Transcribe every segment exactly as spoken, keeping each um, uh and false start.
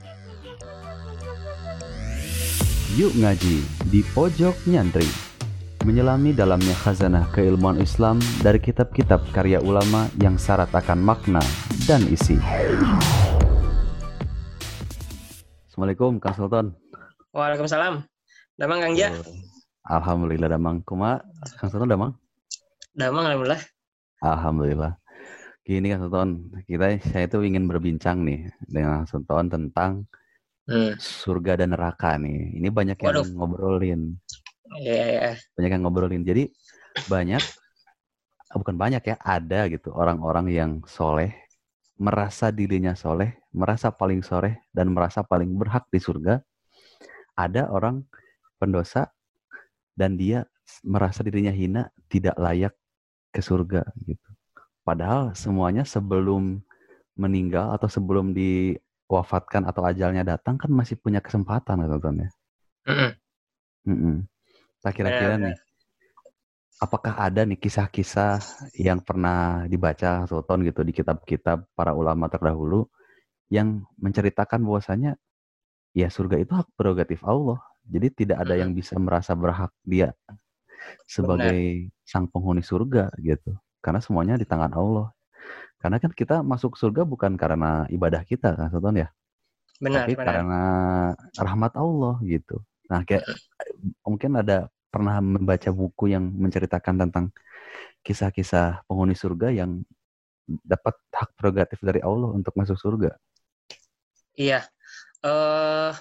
Yuk ngaji di pojok nyantri, menyelami dalamnya khazanah keilmuan Islam dari kitab-kitab karya ulama yang syarat akan makna dan isi. Assalamualaikum Kang Sultan. Waalaikumsalam. Damang Kang Ja. Alhamdulillah damang. Kuma Kang Sultan damang? Damang alhamdulillah. Alhamdulillah. Gini Kang Sultan, kita saya itu ingin berbincang nih dengan Kang Sultan tentang hmm. surga dan neraka nih. Ini banyak yang Waduh. ngobrolin. Iya, yeah, yeah. Banyak yang ngobrolin. Jadi banyak, bukan banyak ya, ada gitu orang-orang yang soleh, merasa dirinya soleh, merasa paling soleh, dan merasa paling berhak di surga. Ada orang pendosa, dan dia merasa dirinya hina, tidak layak ke surga gitu. Padahal semuanya sebelum meninggal atau sebelum diwafatkan atau ajalnya datang kan masih punya kesempatan, teman-teman ya. Mm-mm. Mm-mm. Nah, kira-kira nih, apakah ada nih kisah-kisah yang pernah dibaca Sultan gitu di kitab-kitab para ulama terdahulu yang menceritakan bahwasanya ya surga itu hak prerogatif Allah. Jadi tidak ada yang bisa merasa berhak dia sebagai Benar. sang penghuni surga gitu. Karena semuanya di tangan Allah. Karena kan kita masuk surga bukan karena ibadah kita kan Sultan ya. Benar, tapi benar. karena rahmat Allah gitu. Nah, kayak mungkin ada pernah membaca buku yang menceritakan tentang kisah-kisah penghuni surga yang dapat hak prerogatif dari Allah untuk masuk surga. Iya. Uh,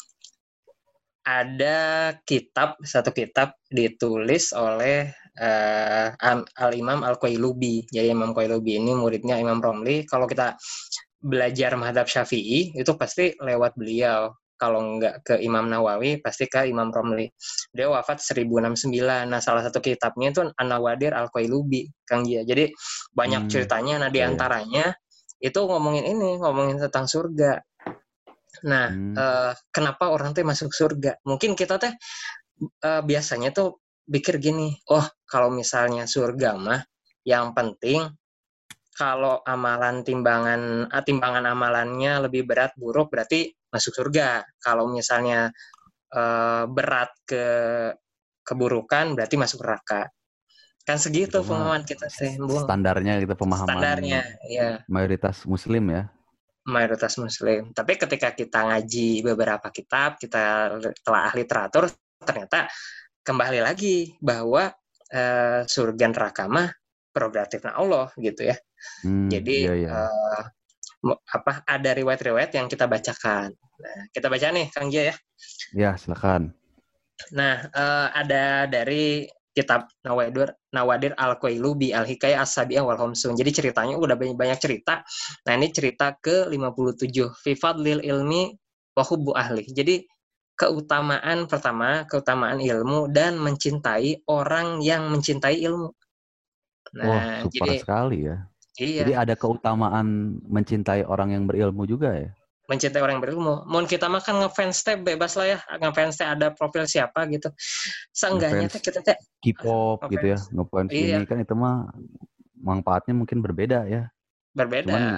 ada kitab, satu kitab ditulis oleh uh, Al-Imam Al-Qailubi. Jadi Imam Qailubi ini muridnya Imam Romli. Kalau kita belajar mazhab Syafi'i, itu pasti lewat beliau. Kalau nggak ke Imam Nawawi, pasti ke Imam Romli. Dia wafat seribu enam puluh sembilan. Nah, salah satu kitabnya itu An-Nawadir Al-Qailubi, Kang Gia. Jadi, banyak hmm, ceritanya. Nah, diantaranya ya. itu ngomongin ini, ngomongin tentang surga. Nah, hmm. uh, kenapa orang teh masuk surga? Mungkin kita teh uh, biasanya tuh pikir gini, oh, kalau misalnya surga mah, yang penting kalau amalan timbangan timbangan amalannya lebih berat buruk berarti masuk surga. Kalau misalnya uh, berat ke keburukan berarti masuk neraka. Kan segitu pemahaman kita teh, standarnya gitu, pemahaman standarnya ya. Mayoritas muslim ya. Mayoritas muslim. Tapi ketika kita ngaji beberapa kitab, kita telah literatur, ternyata kembali lagi bahwa uh, surga neraka mah prerogatifnya Allah gitu ya. Hmm, Jadi iya, iya. Uh, apa ada riwayat-riwayat yang kita bacakan. Nah, kita baca nih Kang Gia ya. Ya, silakan. Nah, uh, ada dari kitab Nawadir Nawadir Al-Qailubi Al-Hikayah As-Sabi'ah wal Khamsun. Jadi ceritanya udah banyak, banyak cerita. Nah, ini cerita ke lima puluh tujuh Fi Fadlil Ilmi wa Hubbu Ahli. Jadi keutamaan pertama, keutamaan ilmu dan mencintai orang yang mencintai ilmu. Nah, wah, super jadi, sekali ya. Iya. Jadi ada keutamaan mencintai orang yang berilmu juga ya? Mencintai orang yang berilmu. Mohon kita mah kan ngefans teh bebas lah ya. Ngefans teh ada profil siapa gitu. Seenggaknya teh kita teh K-pop gitu ya. Ngefans iya. Ini kan itu mah manfaatnya mungkin berbeda ya. Berbeda. Cuman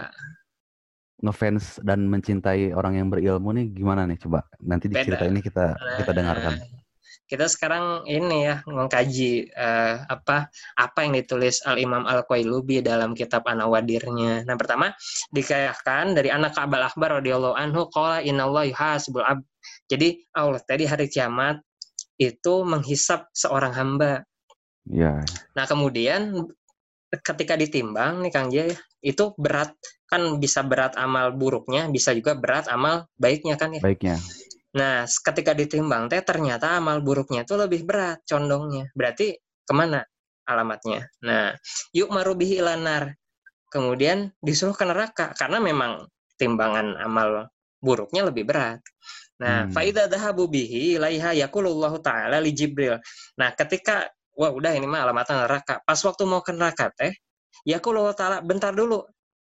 ngefans dan mencintai orang yang berilmu nih gimana nih coba? Nanti di cerita ini kita nah, kita dengarkan. Kita sekarang ini ya mengkaji uh, apa apa yang ditulis Al-Imam Al-Qailubi dalam kitab An-Nawadirnya. Nah, pertama dikayahkan dari anak Ka'bal Akhbar radhiyallahu anhu qala innallaha yuhasibul abd. Jadi Allah tadi hari kiamat itu menghisap seorang hamba. Ya. Nah, kemudian ketika ditimbang nih Kang Jaya, itu berat kan bisa berat amal buruknya, bisa juga berat amal baiknya kan ya. Baiknya. Nah, ketika ditimbang teh ternyata amal buruknya itu lebih berat condongnya. Berarti kemana alamatnya? Nah, yuk marubihi ilanar. Kemudian disuruh ke neraka karena memang timbangan amal buruknya lebih berat. Nah, hmm. faida dahabu bihi ilaiha yaqulullahu ta'ala li Jibril. Nah, ketika wah udah ini mah alamatnya neraka. Pas waktu mau ke neraka teh, yaqulullahu ta'ala bentar dulu.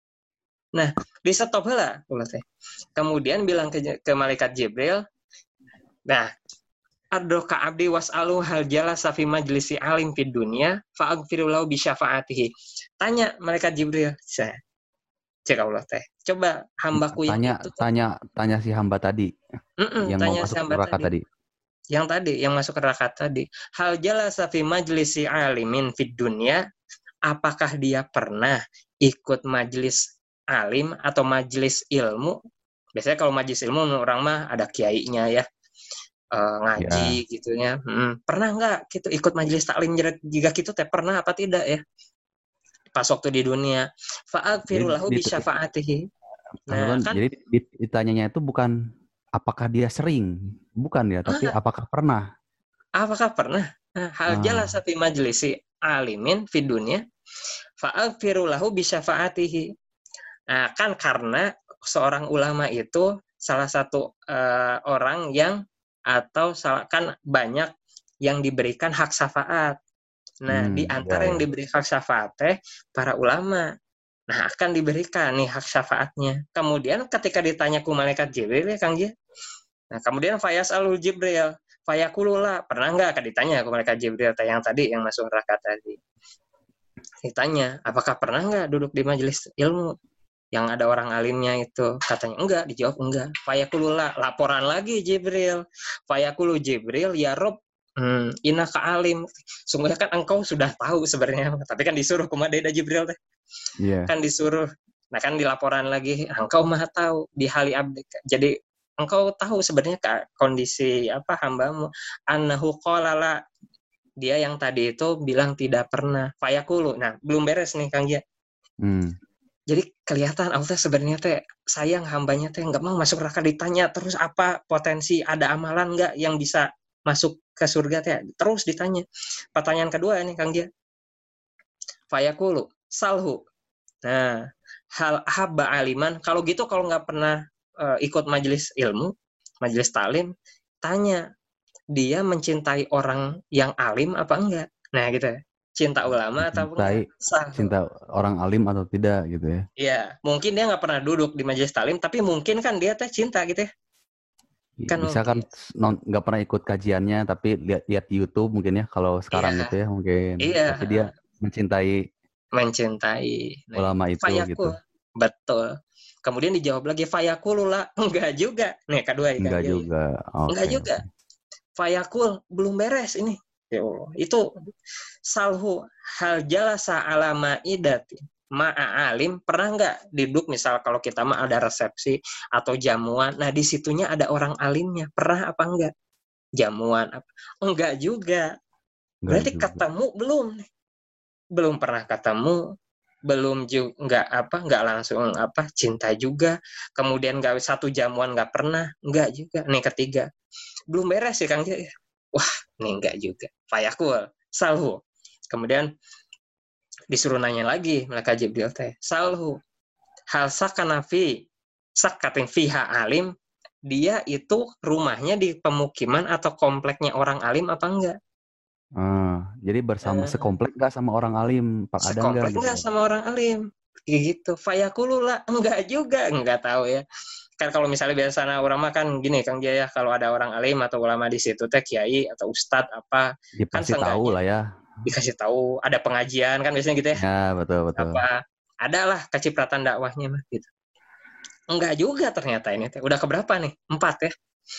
Nah, di stop heula ulah teh. Kemudian bilang ke, ke malaikat Jibril, nah, adoka abdi was'alu hal jalasa fi majlisi alim fid dunya fa'aghfiru lahu bi syafaatihi. Tanya malaikat Jibril, Cek Allah teh. Coba hambaku yang Tanya, itu teh. tanya, tanya si hamba tadi Mm-mm, yang mau tanya si masuk hamba neraka tadi. tadi. Yang tadi, yang masuk neraka tadi. Hal jalasa fi majlisi alimin fid dunya. Apakah dia pernah ikut majelis alim atau majelis ilmu? Biasanya kalau majelis ilmu orang mah ada kiainya ya, uh, ngaji Ya. gitu ya. Hmm, pernah nggak gitu ikut majelis taklim jika gitu teh pernah apa tidak ya? Pas waktu di dunia. Jadi, Fa'aghfiru lahu di, bi syafaatihi. Nah, Teman-teman, kan jadi ditanyanya itu bukan apakah dia sering, bukan ya, tapi ah, apakah pernah. apakah pernah nah, hal jalasa Ah, fi majlisi alimin fi dunya fa'aghfiru lahu bi syafaatihi. Nah, kan karena seorang ulama itu salah satu uh, orang yang atau salah, kan banyak yang diberikan hak syafaat. Nah, di hmm, ya antara yang ya. diberi hak syafaat teh para ulama. Nah, akan diberikan nih hak syafaatnya. Kemudian ketika ditanya ku malaikat Jibril ya Kang Ji. Nah, kemudian Fayas alul Jibril, Fayakulula, pernah nggak akan ditanya ku malaikat Jibril yang tadi yang masuk neraka tadi. Ditanya, apakah pernah nggak duduk di majelis ilmu yang ada orang alimnya itu? Katanya enggak, dijawab enggak. Fayakulula, laporan lagi Jibril. Fayakulu Jibril, ya Rob, hmm, ina ka alim. Sungguhnya kan engkau sudah tahu sebenarnya, tapi kan disuruh kumadeda Jibril teh. Iya. Kan disuruh. Nah kan di laporan lagi, engkau maha tahu di hali abdi. Jadi engkau tahu sebenarnya kondisi apa hambamu. Annahu qalala, dia yang tadi itu bilang tidak pernah. Fayakulu. Nah, belum beres nih Kang Gia. Hmm. Jadi kelihatan Allah sebenarnya teh sayang hambanya teh nggak mau masuk neraka, ditanya terus apa potensi ada amalan nggak yang bisa masuk ke surga teh terus ditanya. Pertanyaan kedua ini Kang Gia. Fayakulu salhu. Nah, hal habba aliman, kalau gitu kalau nggak pernah uh, ikut majelis ilmu, majelis talim, tanya dia mencintai orang yang alim apa enggak. Nah, gitu. Cinta ulama atau enggak? Mencintai, Salhu. cinta orang alim atau tidak gitu ya. Iya, mungkin dia nggak pernah duduk di majelis talim, tapi mungkin kan dia teh cinta gitu ya. Kan Bisa kan mungkin. nggak pernah ikut kajiannya, tapi lihat lihat di YouTube mungkin ya kalau Iya, sekarang gitu ya mungkin. iya, Tapi dia mencintai mencintai. Nah, ulama itu gitu. fayakul. Betul. Kemudian dijawab lagi fayakul lah, enggak juga. Nih, kedua ya Kang Enggak Jaya. juga. Enggak Oke, juga. oke. Fayakul belum beres ini. Ya Allah. Itu salhu hal jalasa alama idati ma'a alim, pernah nggak duduk misal kalau kita mah ada resepsi atau jamuan, nah di situnya ada orang alimnya, pernah apa enggak? Jamuan apa? Enggak juga. Enggak Berarti juga. ketemu belum? Belum pernah ketemu, belum juga nggak apa nggak langsung apa cinta juga, kemudian nggak satu jamuan nggak pernah, nggak juga. Nih ketiga belum beres ya Kang Jaya. Wah, nih enggak juga. Fayakul, salhu. Kemudian disuruh nanya lagi malaikat Jibril teh. Salhu, hal sakanafi sakatin fiha alim, dia itu rumahnya di pemukiman atau kompleknya orang alim apa enggak? Ah, jadi bersama Nah, sekomplek nggak sama orang alim? Pak ada nggak sekomplek gitu? enggak sama orang alim? Kayak gitu. Fayakulula, enggak juga, enggak tahu ya. Kan kalau misalnya biasanya orang mah kan gini Kang Jaya, kalau ada orang alim atau ulama di situ teh kiai atau ustadz apa, Ya kan pasti tahu seenggaknya lah ya. dikasih tahu ada pengajian kan biasanya gitu ya. Ya betul betul. Apa adalah kecipratan dakwahnya mah gitu. Enggak juga ternyata ini teh. Udah keberapa nih? Empat ya.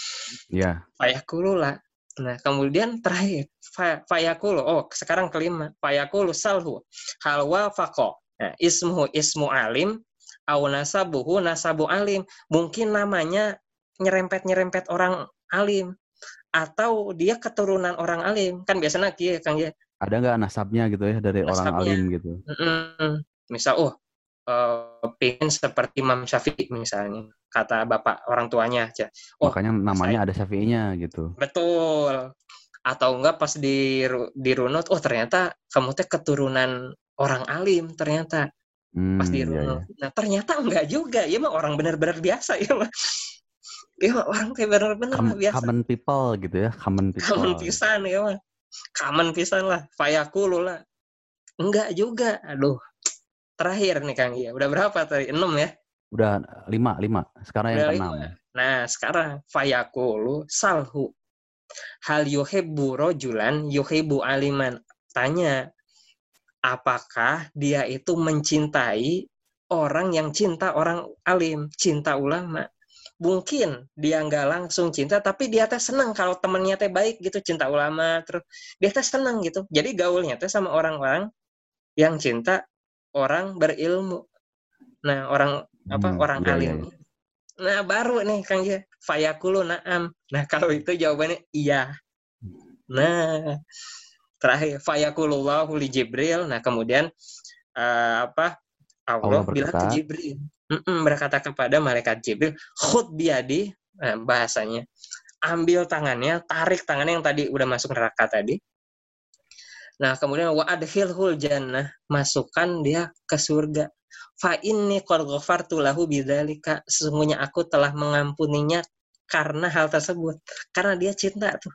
Ya. Fayakulu lah. Nah, kemudian terakhir fayakulu. Oh, sekarang kelima. Fayakulu salhu hal wafaqo. Nah, ismuhu ismu alim au nasabuhu nasabu alim. Mungkin namanya nyerempet-nyerempet orang alim atau dia keturunan orang alim. Kan biasanya kieu Kang ya. Ada nggak nasabnya gitu ya dari orang Nasabnya. alim gitu? Mm-mm. Misal, oh, uh, pengen seperti Imam Syafi'i misalnya, kata bapak orang tuanya aja. Oh, Makanya namanya saya ada Syafi'inya gitu. betul. Atau enggak pas di dirunut, oh ternyata kamu teh keturunan orang alim ternyata pas Hmm, ya ya. dirunut. Nah ternyata enggak juga, ya mah orang benar-benar biasa ya mah. Ya mah orang kayak benar-benar Com- biasa. common people gitu ya, common Kamen people. pisan ya mah. Kamen pisan lah, fayakulu lah. Enggak juga, aduh. Terakhir nih Kang Iya, udah berapa tadi? enam ya? Udah lima lima. Sekarang yang Udah lima. keenam. Nah, sekarang fayakulu salhu. Hal yuhibbu rojulan yuhibbu aliman. Tanya, apakah dia itu mencintai orang yang cinta orang alim, cinta ulama. Mungkin dia nggak langsung cinta, tapi dia teh seneng kalau temennya teh baik gitu, cinta ulama, terus dia teh seneng gitu. Jadi gaulnya teh sama orang-orang yang cinta orang berilmu. Nah, orang apa Hmm, orang iya iya alim. iya. Nah, baru nih Kang ya, fayakulu na'am. Nah, kalau itu jawabannya iya. Nah, terakhir fayakulullahu li Jibril. Nah, kemudian eh, apa? Allah Allah bilang ke berkata, Jibril, Mm-mm, berkata kepada malaikat Jibril, khud biadi, nah, bahasanya, ambil tangannya, tarik tangannya yang tadi udah masuk neraka tadi. Nah, kemudian wa adkhilhul jannah, masukkan dia ke surga. Fa inni qad ghafartu lahu bidzalika, sesungguhnya aku telah mengampuninya karena hal tersebut. Karena dia cinta tuh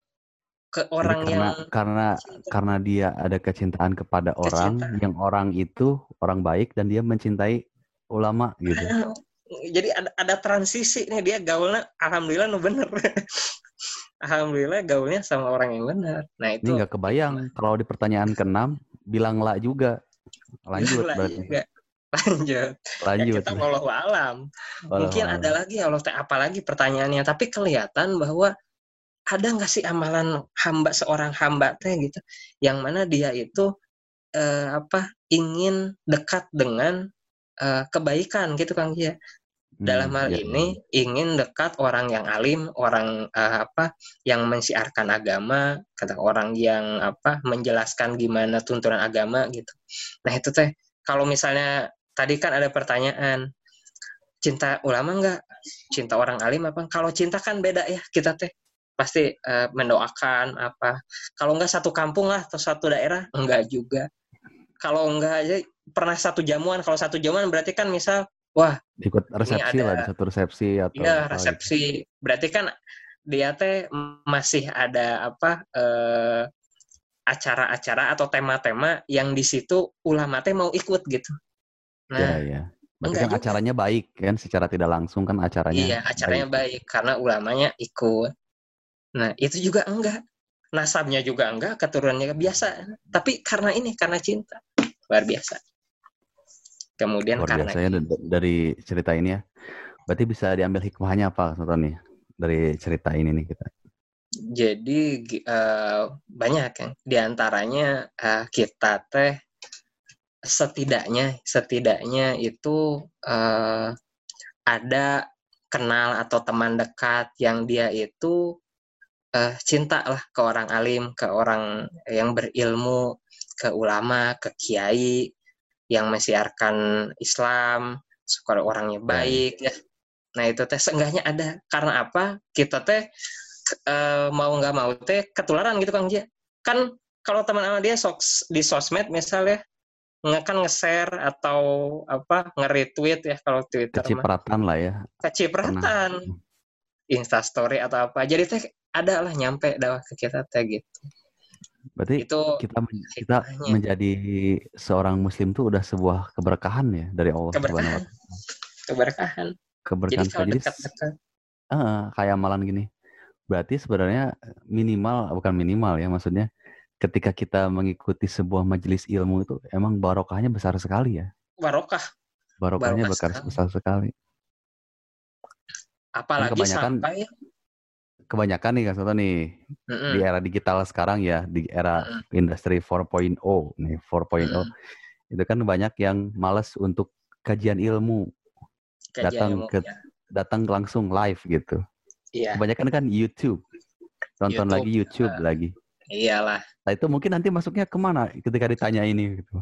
ke jadi orang karena yang karena cinta, karena dia ada kecintaan kepada orang, kecintaan. yang orang itu orang baik dan dia mencintai ulama gitu. Nah, jadi ada ada transisi nih, dia gaulnya alhamdulillah nu bener. Alhamdulillah gaulnya sama orang yang benar. Nah, Ini itu nggak kebayang hikmah. kalau di pertanyaan keenam bilang la juga. Bilang Lanjut lah berarti. juga. Lanjut. Ya Lanjut. kita wallahu alam. Walau Mungkin ada alam. lagi ya Allah teh apalagi pertanyaannya, tapi kelihatan bahwa ada nggak sih amalan hamba seorang hamba teh gitu yang mana dia itu eh, apa ingin dekat dengan eh, kebaikan gitu Kang ya. Dalam Hmm, hal ya, ya, ini ingin dekat orang yang alim, orang uh, apa yang mensiarkan agama, kata orang yang apa menjelaskan gimana tuntunan agama gitu. Nah, itu teh kalau misalnya tadi kan ada pertanyaan, cinta ulama enggak? Cinta orang alim apa? Kalau cinta kan beda ya, kita teh pasti uh, mendoakan apa. Kalau enggak satu kampung lah atau satu daerah, enggak juga. Kalau enggak aja pernah satu jamuan, kalau satu jamuan berarti kan misal wah, ikut ini resepsi lah di ada satu resepsi atau ya apa gitu. resepsi. Berarti kan dia teh masih ada apa eh, acara-acara atau tema-tema yang di situ ulama teh mau ikut gitu. Ya, Nah, ya. Berarti enggak kan juga. acaranya baik kan, secara tidak langsung kan acaranya Iya, baik. acaranya baik karena ulamanya ikut. Nah, itu juga enggak. Nasabnya juga enggak, keturunannya biasa. Tapi karena ini, karena cinta. Luar biasa. Kemudian Luar karena biasanya dari cerita ini ya. Berarti bisa diambil hikmahnya apa, Sultan nih? Dari cerita ini nih kita. jadi uh, banyak kan. Di antaranya uh, kita teh setidaknya setidaknya itu uh, ada kenal atau teman dekat yang dia itu uh, cinta lah ke orang alim, ke orang yang berilmu, ke ulama, ke kiai yang mensiarkan Islam, supaya orangnya Ya, ya. baik ya. Nah, itu teh seenggaknya ada. Karena apa? Kita teh uh, mau nggak mau teh ketularan gitu Kang Jia. Kan kalau teman sama dia sos, di sosmed misalnya nge kan nge-share atau apa nge-retweet ya kalau Twitter mah Kecipratan lah ya. Pernah. kecipratan Instastory atau apa jadi teh ada lah nyampe dakwah ke kita teh gitu Berarti itu kita kita hikmahnya menjadi seorang muslim tuh udah sebuah keberkahan ya dari Allah Subhanahu wa keberkahan taala. keberkahan jadi Keberkahan kalau sekali. Jadi dekat-dekat eh, kayak amalan gini. Berarti sebenarnya minimal bukan minimal ya, maksudnya ketika kita mengikuti sebuah majelis ilmu itu emang barokahnya besar sekali ya. barokah Barokahnya barokah besar sekali besar sekali. Kan apalagi kebanyakan sampai kebanyakan nih Kak Soto nih di mm-mm, era digital sekarang ya, di era mm-mm, industri empat titik nol nih, empat titik nol mm-mm. itu kan banyak yang malas untuk kajian ilmu, kajian datang ilmu ke ya datang langsung live gitu. iya Kebanyakan kan YouTube, tonton YouTube lagi YouTube uh, lagi. iyalah Nah itu mungkin nanti masuknya kemana ketika ditanya ini gitu.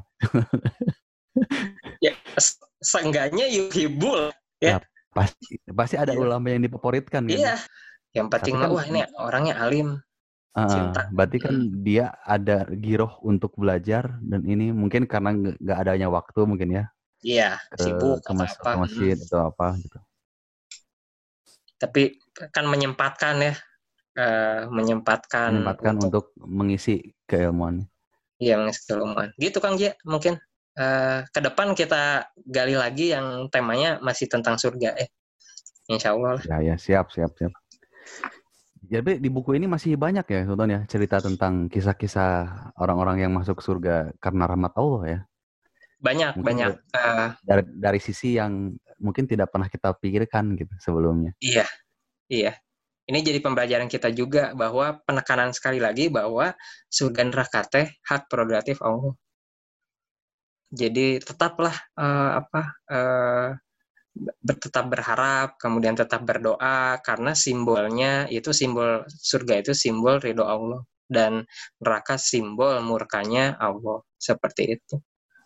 ya seenggaknya yuhibul Ya ya pasti pasti ada iya ulama yang dipopuritkan kan. iya yang penting Tapi mah kan wah ini orangnya alim uh, cinta berarti kan hmm. dia ada giroh untuk belajar dan ini mungkin karena nggak adanya waktu mungkin ya Iya ke sibuk ke, atau mas, apa ke hmm. masjid atau apa gitu. Tapi kan menyempatkan ya uh, menyempatkan Menyempatkan untuk untuk mengisi keilmuan. ya mengisi keilmuan gitu Kang Jia mungkin uh, ke depan kita gali lagi yang temanya masih tentang surga eh Insya Allah lah. Ya ya siap siap siap. Jadi di buku ini masih banyak ya Sultan ya cerita tentang kisah-kisah orang-orang yang masuk surga karena rahmat Allah ya. Banyak, Mungkin banyak. dari, Uh, dari, dari sisi yang mungkin tidak pernah kita pikirkan gitu sebelumnya. iya, iya. Ini jadi pembelajaran kita juga bahwa penekanan sekali lagi bahwa surga neraka teh hak prerogatif Allah. Jadi tetaplah uh, apa uh, tetap berharap, kemudian tetap berdoa karena simbolnya itu simbol surga itu simbol ridho Allah dan neraka simbol murkanya Allah seperti itu.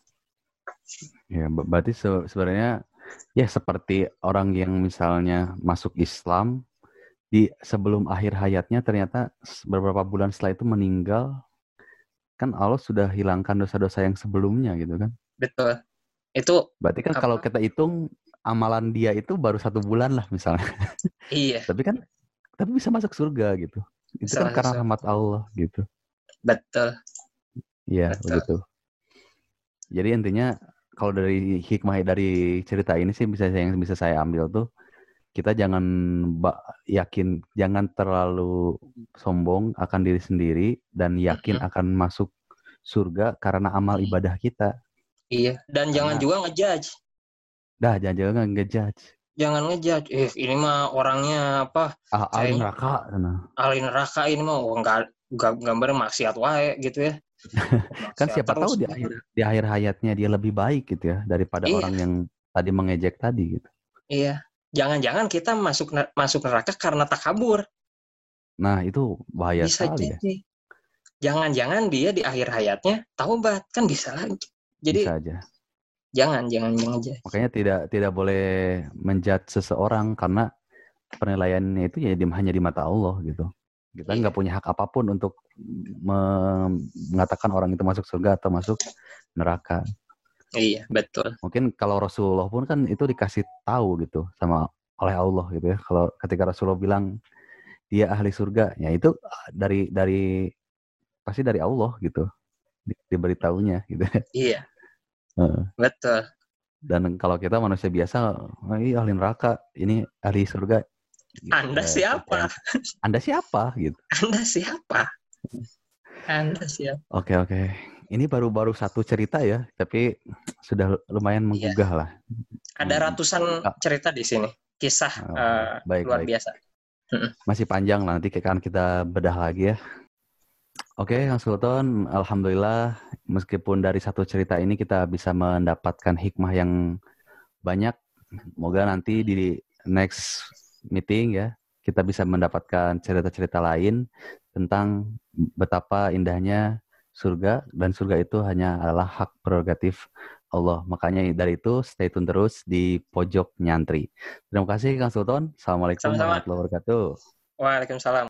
Ya, berarti se- sebenarnya ya seperti orang yang misalnya masuk Islam di sebelum akhir hayatnya ternyata beberapa bulan setelah itu meninggal, kan Allah sudah hilangkan dosa-dosa yang sebelumnya gitu kan. Betul. Itu Berarti kan apa? kalau kita hitung amalan dia itu baru satu bulan lah misalnya. Iya. Tapi kan tapi bisa masuk surga gitu. Itu kan karena Betul. rahmat Allah gitu. Betul. Iya, Betul. begitu. Jadi intinya kalau dari hikmah dari cerita ini sih bisa yang bisa saya ambil tuh, kita jangan yakin, jangan terlalu sombong akan diri sendiri dan yakin Mm-hmm. akan masuk surga karena amal ibadah kita. Iya, dan karena, jangan juga ngejudge. Dah, jangan-jangan ngejudge. Jangan ngejudge. Eh, ini mah orangnya apa? Ah, ahli neraka. Nah. Ahli neraka ini mah enggak gambar maksiat wae gitu ya. Kan siapa tahu di akhir di akhir hayatnya dia lebih baik gitu ya daripada iya. orang yang tadi mengejek tadi gitu. Iya. Jangan-jangan kita masuk masuk neraka karena takabur. Nah, itu bahaya bisa sekali jadi. Ya. Jangan-jangan dia di akhir hayatnya taubat, kan bisa lagi. Jadi bisa aja. Jangan, jangan, jangan aja. Makanya tidak tidak boleh menjudge seseorang karena penilaiannya itu ya hanya di mata Allah gitu. Kita nggak iya. punya hak apapun untuk mengatakan orang itu masuk surga atau masuk neraka. Iya, betul. Mungkin kalau Rasulullah pun kan itu dikasih tahu gitu sama oleh Allah gitu ya. Kalau ketika Rasulullah bilang dia ahli surga, ya itu dari dari pasti dari Allah gitu. Di, diberitahunya gitu. Iya. Uh. Betul. Dan kalau kita manusia biasa, oh, iya ahli neraka, ini ahli surga. Gitu. Anda siapa? Anda siapa gitu? Anda siapa? Anda siapa? Oke oke. Ini baru-baru satu cerita ya, tapi sudah lumayan menggugah iya. lah. Ada ratusan hmm. cerita di sini, kisah oh, uh, baik, luar baik. biasa. Masih panjang lah, nanti akan kita bedah lagi ya. Oke, Kang Sultan, alhamdulillah meskipun dari satu cerita ini kita bisa mendapatkan hikmah yang banyak. Semoga nanti di next meeting ya kita bisa mendapatkan cerita-cerita lain tentang betapa indahnya surga dan surga itu hanya adalah hak prerogatif Allah. Makanya dari itu stay tune terus di Pojok Nyantri. Terima kasih Kang Sultan. Assalamualaikum warahmatullahi wabarakatuh. Waalaikumsalam.